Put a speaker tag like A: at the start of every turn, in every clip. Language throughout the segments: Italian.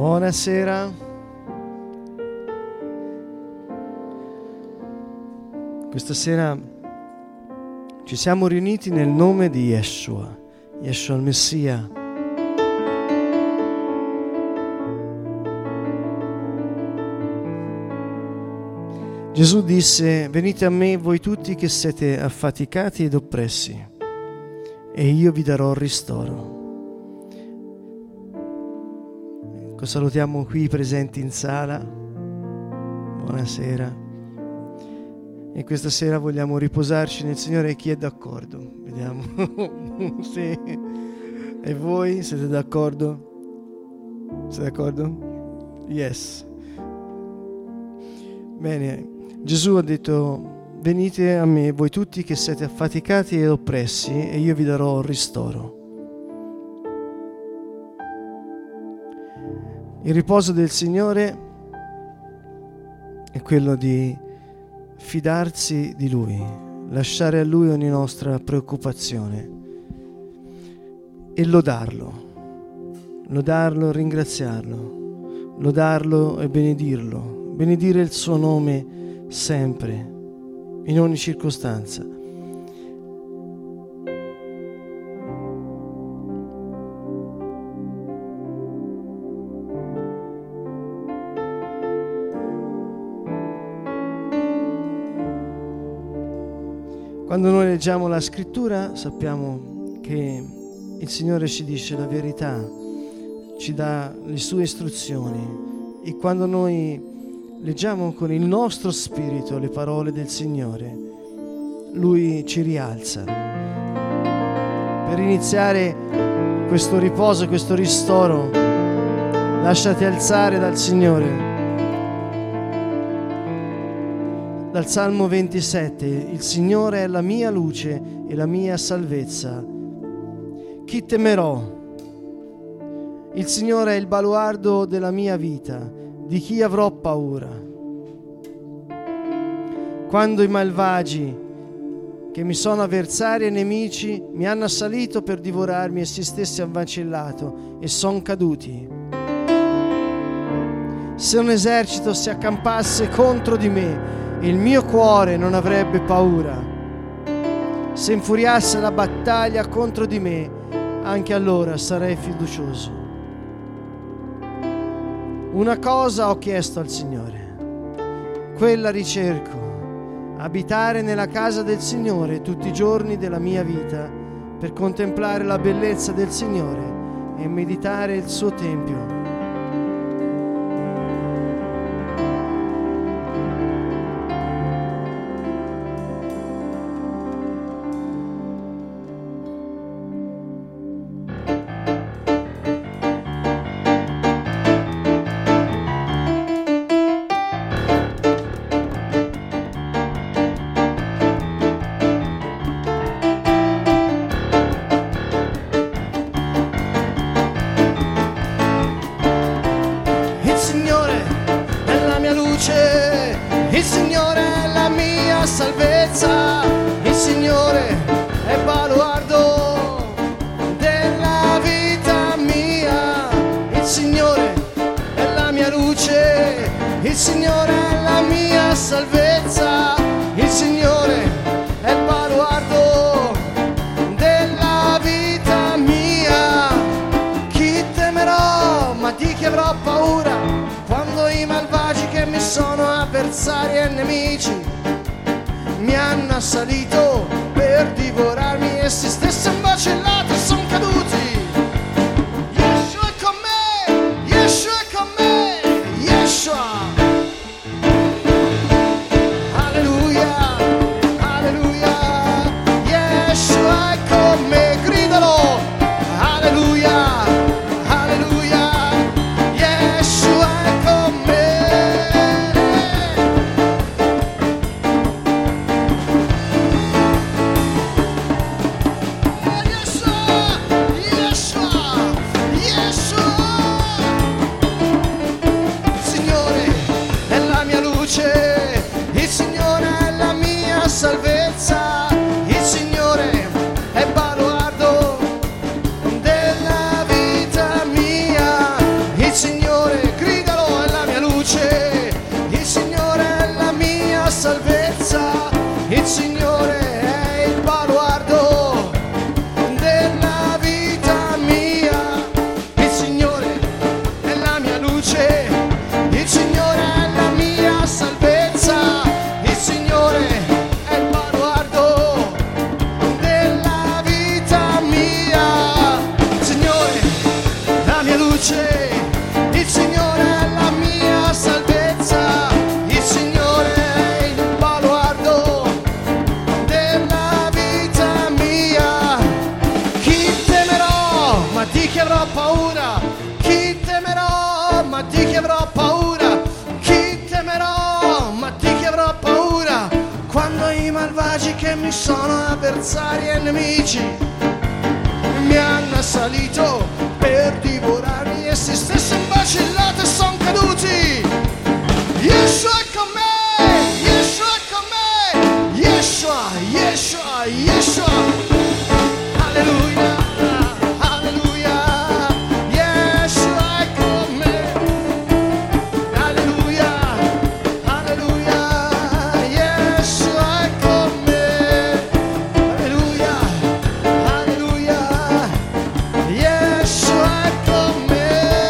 A: Buonasera. Questa sera ci siamo riuniti nel nome di Yeshua, Yeshua il Messia. Gesù disse: venite a me voi tutti che siete affaticati ed oppressi, e io vi darò ristoro. Salutiamo qui i presenti in sala. Buonasera. E questa sera vogliamo riposarci nel Signore. Chi è d'accordo? Vediamo. Sì. E voi siete d'accordo? Siete d'accordo? Yes. Bene. Gesù ha detto: venite a me voi tutti che siete affaticati ed oppressi, e io vi darò ristoro. Il riposo del Signore è quello di fidarsi di Lui, lasciare a Lui ogni nostra preoccupazione e lodarlo, ringraziarlo, lodarlo e benedirlo, benedire il suo nome sempre, in ogni circostanza. Quando noi leggiamo la scrittura sappiamo che il Signore ci dice la verità, ci dà le sue istruzioni, e quando noi leggiamo con il nostro spirito le parole del Signore, Lui ci rialza. Per iniziare questo riposo, questo ristoro, lasciati alzare dal Signore. Dal Salmo 27: il Signore è la mia luce e la mia salvezza. Chi temerò? Il Signore è il baluardo della mia vita. Di chi avrò paura? Quando i malvagi, che mi sono avversari e nemici, mi hanno assalito per divorarmi, e si stessi avvancellato e son caduti. Se un esercito si accampasse contro di me, il mio cuore non avrebbe paura. Se infuriasse la battaglia contro di me, anche allora sarei fiducioso. Una cosa ho chiesto al Signore, quella ricerco: abitare nella casa del Signore tutti i giorni della mia vita, per contemplare la bellezza del Signore e meditare il suo tempio. Il Signore è la mia salvezza, il Signore è baluardo della vita mia, il Signore è la mia luce, il Signore è la mia salvezza, il Signore è il baluardo della vita mia. Chi temerò? Ma di chi avrò paura? Quando i malvagi che mi sono avversari e nemici mi hanno assalito per divorarmi, e si stessi invacellati e son caduti. Yeshua è con me, Yeshua è con me, Yeshua. Alleluia, alleluia. Yeshua è con me, gridalo. Alleluia, alleluia. Yeshua è con me. salvezza, il Signore è baluardo della vita. luce, il Signore è la mia salvezza, il Signore è il baluardo della vita mia. Chi temerò? Ma di chi avrò paura? Chi temerò? Ma di chi avrò paura? Chi temerò? Ma di chi avrò paura? Quando i malvagi che mi sono avversari e nemici mi hanno assalito per divorarmi, essi stessi in vacillato e son caduti. Yeshua è con me, Yeshua è con me, Yeshua, Yeshua, Yeshua. Alleluia, alleluia, Yeshua è con me. Alleluia, alleluia, Yeshua è con me. Alleluia, alleluia, Yeshua è con me.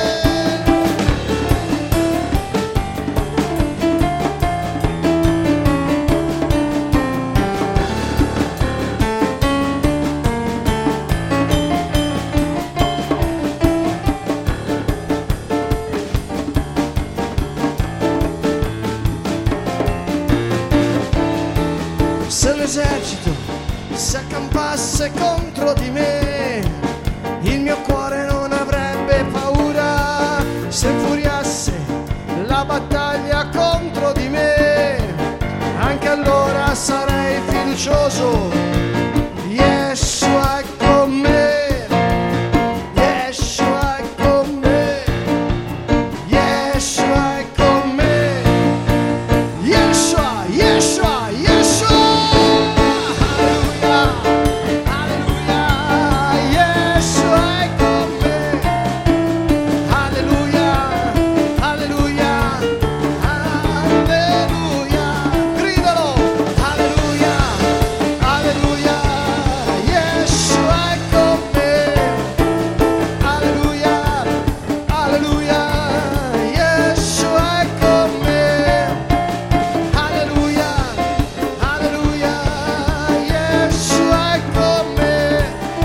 A: Se l'esercito si accampasse contro di me, il mio cuore non avrebbe paura. Se infuriasse la battaglia contro di me, anche allora sarei fiducioso. Yeshua è con me, Yeshua è con me, Yeshua è con me, Yeshua, Yeshua, Yeshua. Alleluia, alleluia, Yeshua è con me. Alleluia, alleluia, alleluia. Gridalo, alleluia, alleluia, Yeshua è con me. Alleluia, alleluia, Yeshua è con me. Alleluia, alleluia, Yeshua è con me.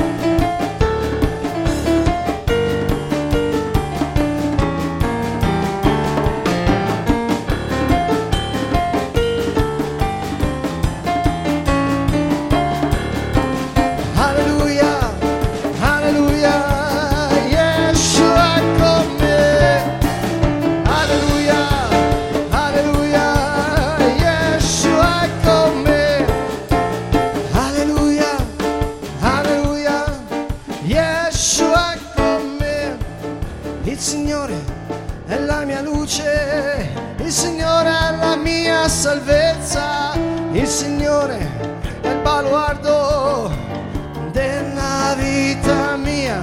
A: Alleluia, alleluia, Yeshua è con me. Alleluia, alleluia, Yeshua è con me. Alleluia, alleluia, Yeshua è con me. Il Signore è la mia luce, il Signore è la mia salvezza, il Signore è il baluardo della vita mia.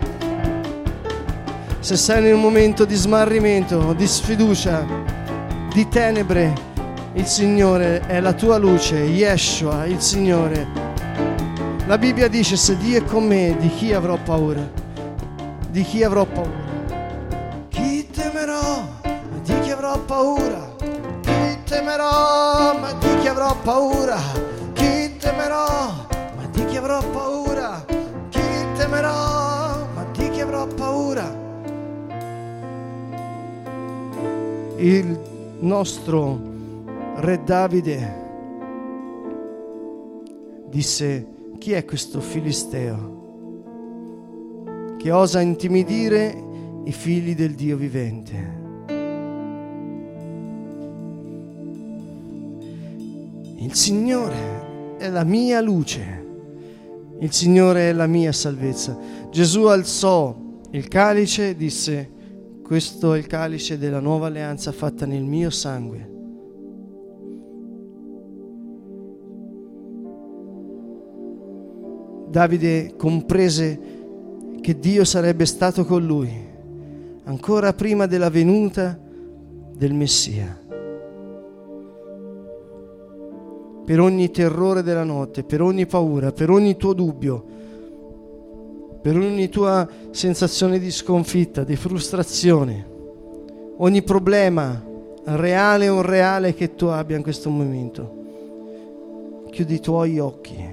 A: Se sei in un momento di smarrimento, di sfiducia, di tenebre, il Signore è la tua luce, Yeshua, il Signore. La Bibbia dice: se Dio è con me, di chi avrò paura? Di chi avrò paura? Chi temerò? Ma di chi avrò paura? Chi temerò? Ma di chi avrò paura? Chi temerò? Ma di chi avrò paura? Chi temerò? Ma di chi avrò paura? Il nostro re Davide disse: chi è questo filisteo che osa intimidire i figli del Dio vivente? Il Signore è la mia luce, il Signore è la mia salvezza. Gesù alzò il calice e disse: questo è il calice della nuova alleanza fatta nel mio sangue. Davide comprese che Dio sarebbe stato con lui ancora prima della venuta del Messia. Per ogni terrore della notte, per ogni paura, per ogni tuo dubbio, per ogni tua sensazione di sconfitta, di frustrazione, ogni problema reale o irreale che tu abbia in questo momento, chiudi i tuoi occhi.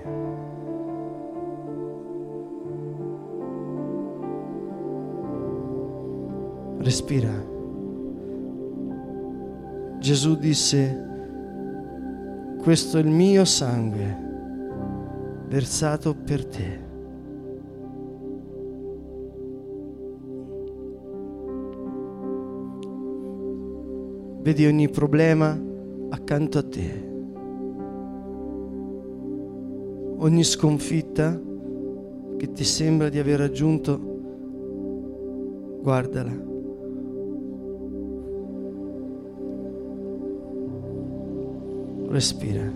A: Respira. Gesù disse: questo è il mio sangue versato per te. Vedi ogni problema accanto a te, ogni sconfitta che ti sembra di aver raggiunto, guardala. Respira.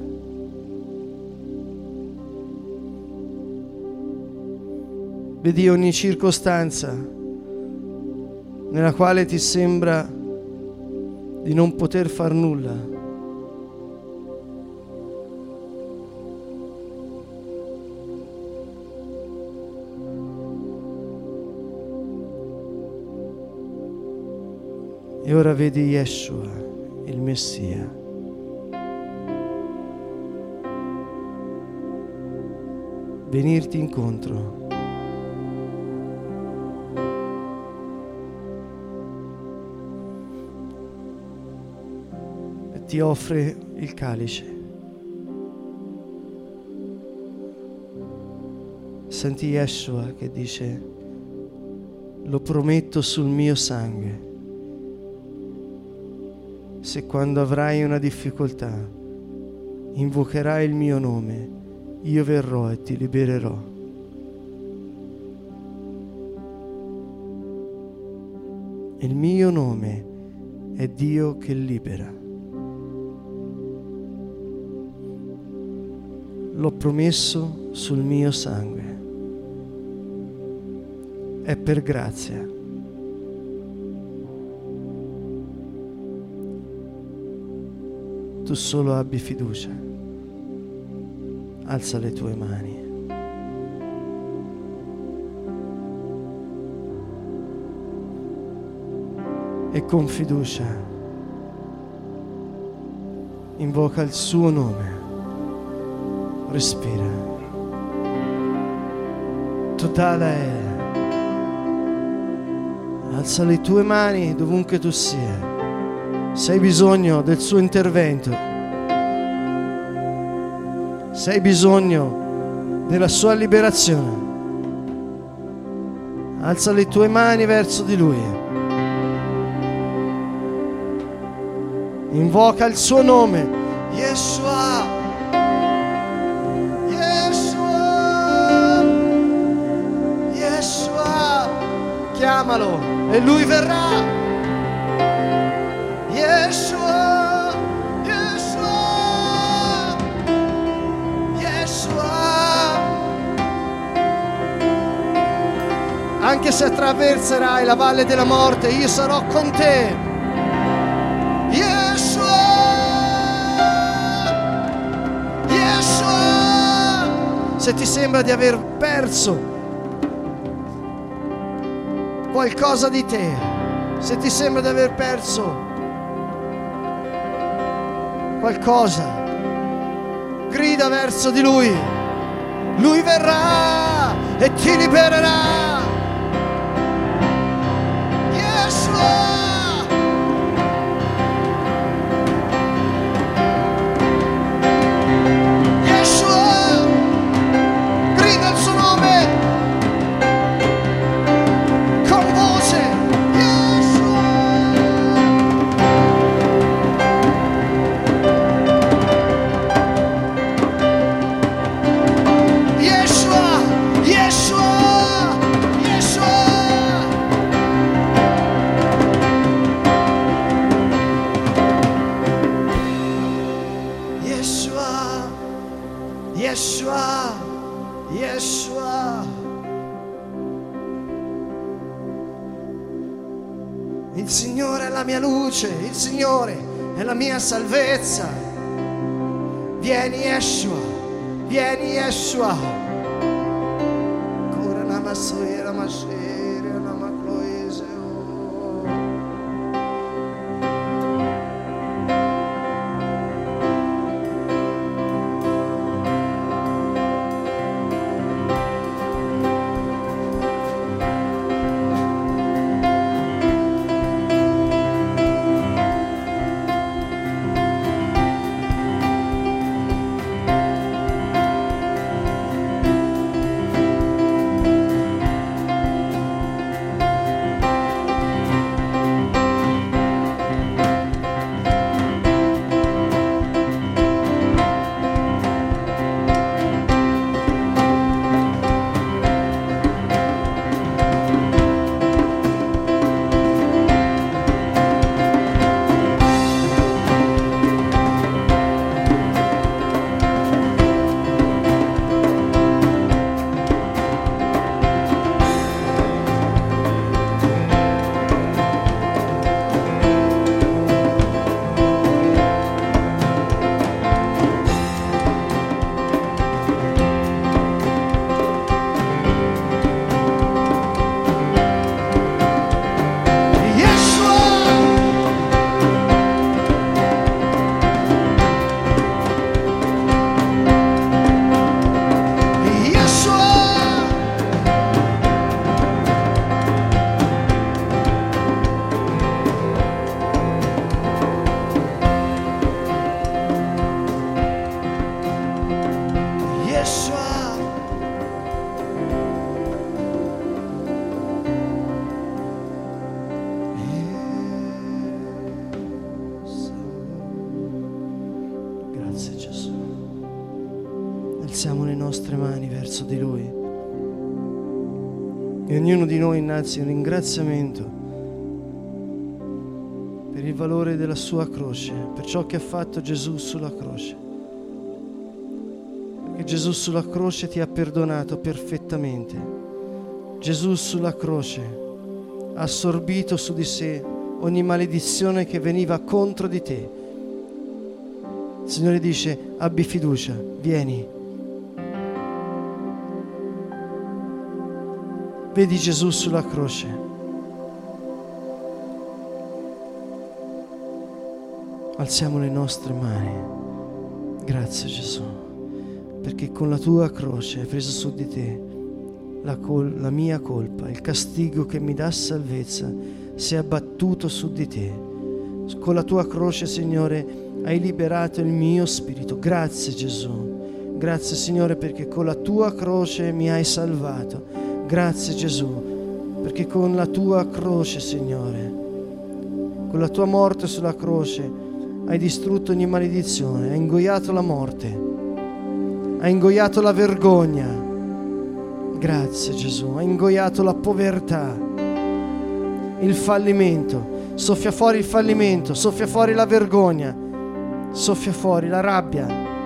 A: Vedi ogni circostanza nella quale ti sembra di non poter far nulla. E ora vedi Yeshua, il Messia. Venirti incontro. E ti offre il calice. Senti Yeshua che dice: lo prometto sul mio sangue. Se quando avrai una difficoltà invocherai il mio nome, io verrò e ti libererò. Il mio nome è Dio che libera. L'ho promesso sul mio sangue. È per grazia. Tu solo abbi fiducia. Alza le tue mani. E con fiducia invoca il suo nome. Respira. Totale è. Alza le tue mani dovunque tu sia. Se hai bisogno del suo intervento, se hai bisogno della sua liberazione, alza le tue mani verso di Lui. Invoca il suo nome. Yeshua. Yeshua. Yeshua. Chiamalo e Lui verrà. Yeshua. Anche se attraverserai la valle della morte, io sarò con te. Yeshua! Yeshua! Se ti sembra di aver perso qualcosa di te, se ti sembra di aver perso qualcosa, grida verso di Lui. Lui verrà e ti libererà. Yeshua, Yeshua. Il Signore è la mia luce, il Signore è la mia salvezza. Vieni Yeshua, vieni Yeshua. Cura la masoira, masera, la macloese. nostre mani verso di Lui e ognuno di noi innalzi un ringraziamento per il valore della sua croce, per ciò che ha fatto Gesù sulla croce. Perché Gesù sulla croce ti ha perdonato perfettamente. Gesù sulla croce ha assorbito su di sé ogni maledizione che veniva contro di te. Il Signore dice: abbi fiducia, vieni. Vedi Gesù sulla croce. Alziamo le nostre mani. Grazie Gesù, perché con la tua croce hai preso su di te la mia colpa, il castigo che mi dà salvezza si è abbattuto su di te. Con la tua croce, Signore, hai liberato il mio spirito. Grazie Gesù. Grazie Signore, perché con la tua croce mi hai salvato. Grazie Gesù, perché con la tua croce, Signore, con la tua morte sulla croce hai distrutto ogni maledizione, hai ingoiato la morte, hai ingoiato la vergogna. Grazie Gesù, hai ingoiato la povertà, il fallimento. Soffia fuori il fallimento, soffia fuori la vergogna, soffia fuori la rabbia,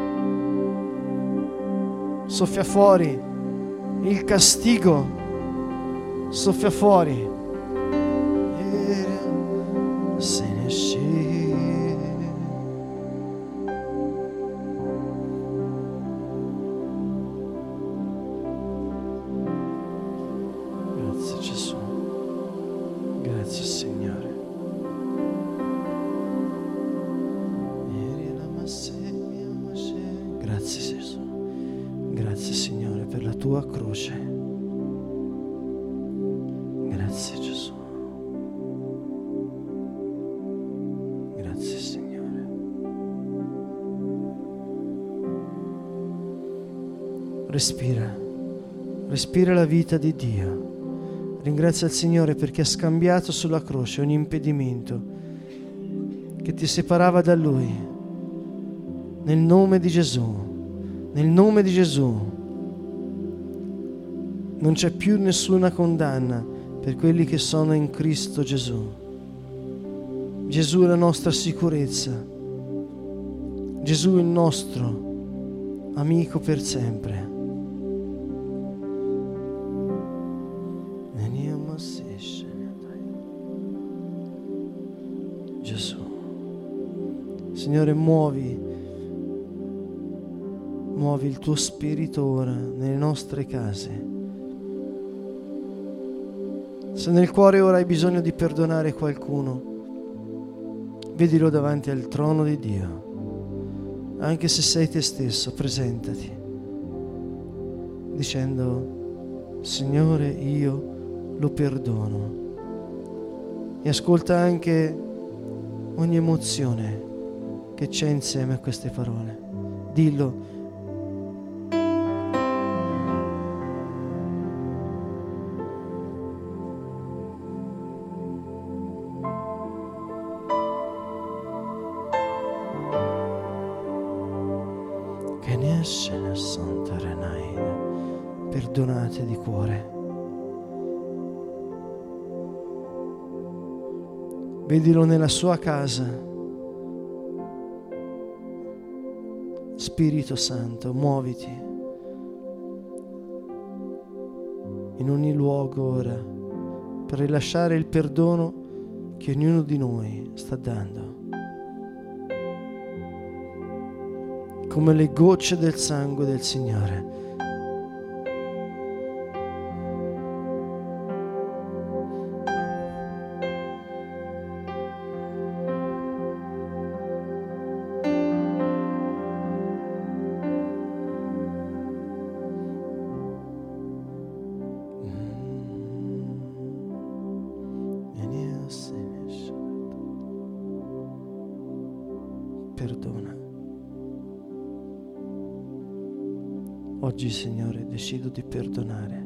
A: soffia fuori il castigo, soffia fuori. Se ne esce. Grazie Gesù, grazie Signore. Grazie Gesù, grazie Signore per la tua croce. Grazie Gesù. Grazie Signore. Respira, respira la vita di Dio. Ringrazia il Signore perché ha scambiato sulla croce ogni impedimento che ti separava da Lui. Nel nome di Gesù, nel nome di Gesù, non c'è più nessuna condanna per quelli che sono in Cristo Gesù. Gesù è la nostra sicurezza. Gesù è il nostro amico per sempre. Gesù. Signore, muovi il tuo spirito ora nelle nostre case. Se nel cuore ora hai bisogno di perdonare qualcuno, vedilo davanti al trono di Dio. Anche se sei te stesso, presentati dicendo: Signore, io lo perdono. E ascolta anche ogni emozione che c'è insieme a queste parole. Dillo: perdonate di cuore. Vedilo nella sua casa. Spirito Santo, muoviti in ogni luogo ora per rilasciare il perdono che ognuno di noi sta dando. Come le gocce del sangue del Signore. Perdona. Oggi, Signore, decido di perdonare.